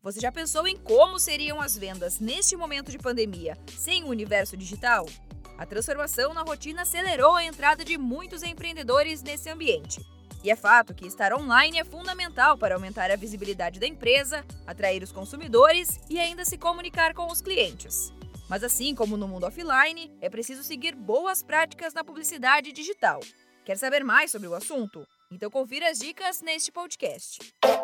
Você já pensou em como seriam as vendas neste momento de pandemia sem o universo digital? A transformação na rotina acelerou a entrada de muitos empreendedores nesse ambiente. E é fato que estar online é fundamental para aumentar a visibilidade da empresa, atrair os consumidores e ainda se comunicar com os clientes. Mas assim como no mundo offline, é preciso seguir boas práticas na publicidade digital. Quer saber mais sobre o assunto? Então confira as dicas neste podcast.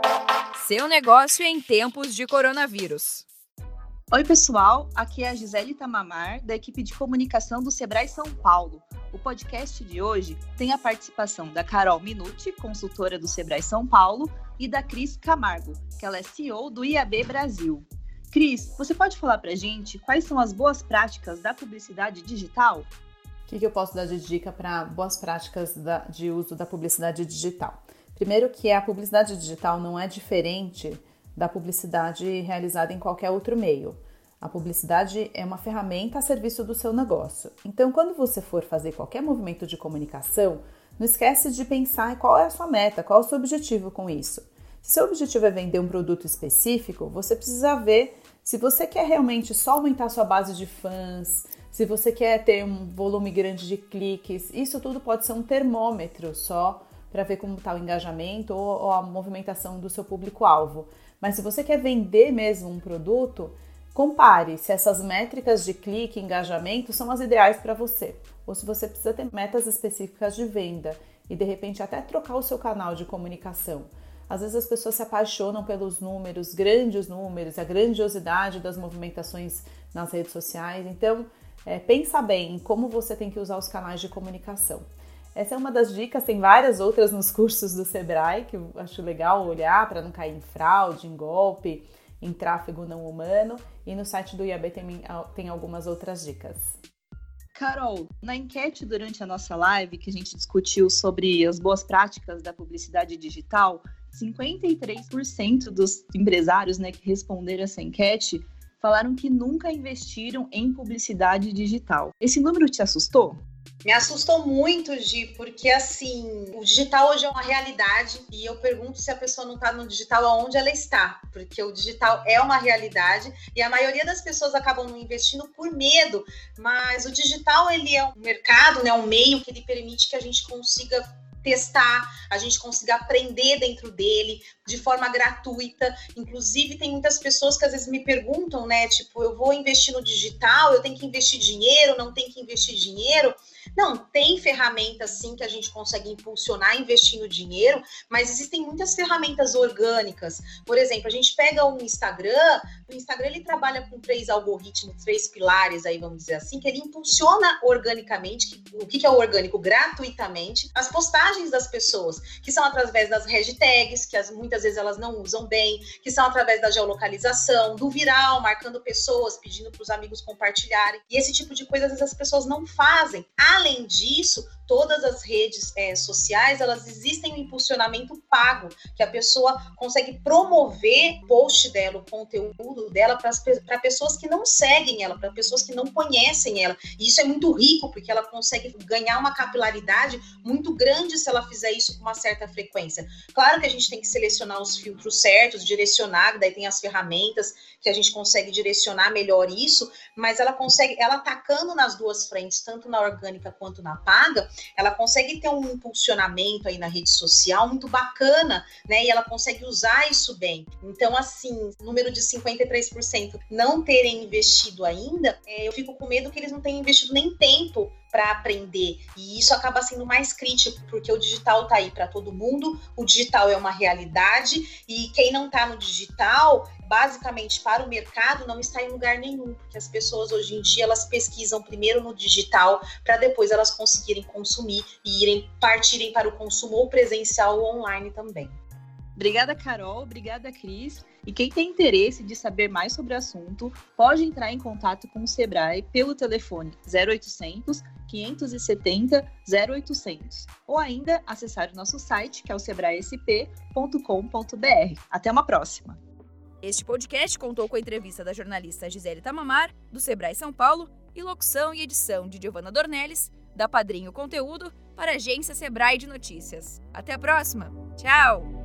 Seu negócio em tempos de coronavírus. Oi pessoal, aqui é a Gisele Tamamar, da equipe de comunicação do Sebrae São Paulo. O podcast de hoje tem a participação da Carol Minuti, consultora do Sebrae São Paulo, e da Cris Camargo, que ela é CEO do IAB Brasil. Cris, você pode falar pra gente quais são as boas práticas da publicidade digital? O que eu posso dar de dica para boas práticas de uso da publicidade digital? Primeiro que a publicidade digital não é diferente da publicidade realizada em qualquer outro meio. A publicidade é uma ferramenta a serviço do seu negócio. Então, quando você for fazer qualquer movimento de comunicação, não esquece de pensar qual é a sua meta, qual é o seu objetivo com isso. Se seu objetivo é vender um produto específico, você precisa ver se você quer realmente só aumentar sua base de fãs, se você quer ter um volume grande de cliques. Isso tudo pode ser um termômetro só para ver como está o engajamento ou a movimentação do seu público-alvo. Mas se você quer vender mesmo um produto, compare se essas métricas de clique e engajamento são as ideais para você. Ou se você precisa ter metas específicas de venda e de repente até trocar o seu canal de comunicação. Às vezes as pessoas se apaixonam pelos números, grandes números, a grandiosidade das movimentações nas redes sociais. Então, pensa bem em como você tem que usar os canais de comunicação. Essa é uma das dicas, tem várias outras nos cursos do Sebrae, que eu acho legal olhar para não cair em fraude, em golpe, em tráfego não humano. E no site do IAB tem algumas outras dicas. Carol, na enquete durante a nossa live, que a gente discutiu sobre as boas práticas da publicidade digital, 53% dos empresários, que responderam essa enquete falaram que nunca investiram em publicidade digital. Esse número te assustou? Me assustou muito, Gi, porque assim, o digital hoje é uma realidade e eu pergunto se a pessoa não está no digital, aonde ela está, porque o digital é uma realidade e a maioria das pessoas acabam não investindo por medo, mas o digital ele é um mercado, um meio que ele permite que a gente consiga testar, a gente consiga aprender dentro dele de forma gratuita. Inclusive tem muitas pessoas que às vezes me perguntam, eu vou investir no digital, eu tenho que investir dinheiro, não tenho que investir dinheiro? Não, tem ferramentas sim que a gente consegue impulsionar investindo dinheiro, mas existem muitas ferramentas orgânicas. Por exemplo, a gente pega o Instagram ele trabalha com 3 algoritmos, 3 pilares aí, vamos dizer assim, que ele impulsiona organicamente, o que é o orgânico? Gratuitamente, as postagens das pessoas, que são através das hashtags, que muitas vezes elas não usam bem, que são através da geolocalização, do viral, marcando pessoas, pedindo para os amigos compartilharem. E esse tipo de coisa, às vezes, as pessoas não fazem. Além disso, todas as redes sociais, elas existem um impulsionamento pago, que a pessoa consegue promover o post dela, o conteúdo dela para pessoas que não seguem ela, para pessoas que não conhecem ela. E isso é muito rico, porque ela consegue ganhar uma capilaridade muito grande se ela fizer isso com uma certa frequência. Claro que a gente tem que selecionar os filtros certos, direcionar, daí tem as ferramentas que a gente consegue direcionar melhor isso, mas ela atacando nas duas frentes, tanto na orgânica quanto na paga, ela consegue ter um impulsionamento aí na rede social muito bacana, e ela consegue usar isso bem. Então, assim, número de 53% não terem investido ainda, eu fico com medo que eles não tenham investido nem tempo para aprender, e isso acaba sendo mais crítico, porque o digital está aí para todo mundo, o digital é uma realidade, e quem não está no digital, basicamente para o mercado, não está em lugar nenhum, porque as pessoas hoje em dia, elas pesquisam primeiro no digital, para depois elas conseguirem consumir e partirem para o consumo ou presencial ou online também. Obrigada, Carol. Obrigada, Cris. E quem tem interesse de saber mais sobre o assunto, pode entrar em contato com o Sebrae pelo telefone 0800 570 0800 ou ainda acessar o nosso site, que é o sebraesp.com.br. Até uma próxima! Este podcast contou com a entrevista da jornalista Gisele Tamamar, do Sebrae São Paulo, e locução e edição de Giovana Dornelles, da Padrinho Conteúdo, para a agência Sebrae de Notícias. Até a próxima! Tchau!